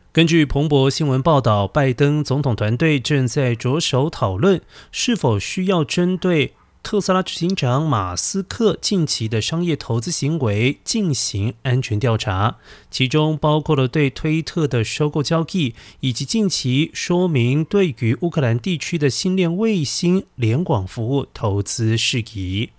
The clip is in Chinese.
根据彭博新闻报道，拜登总统团队正在着手讨论是否需要针对特斯拉执行长马斯克近期的商业投资行为进行安全调查，其中包括了对推特的收购交易，以及近期说明对于乌克兰地区的星链卫星联网服务投资事宜。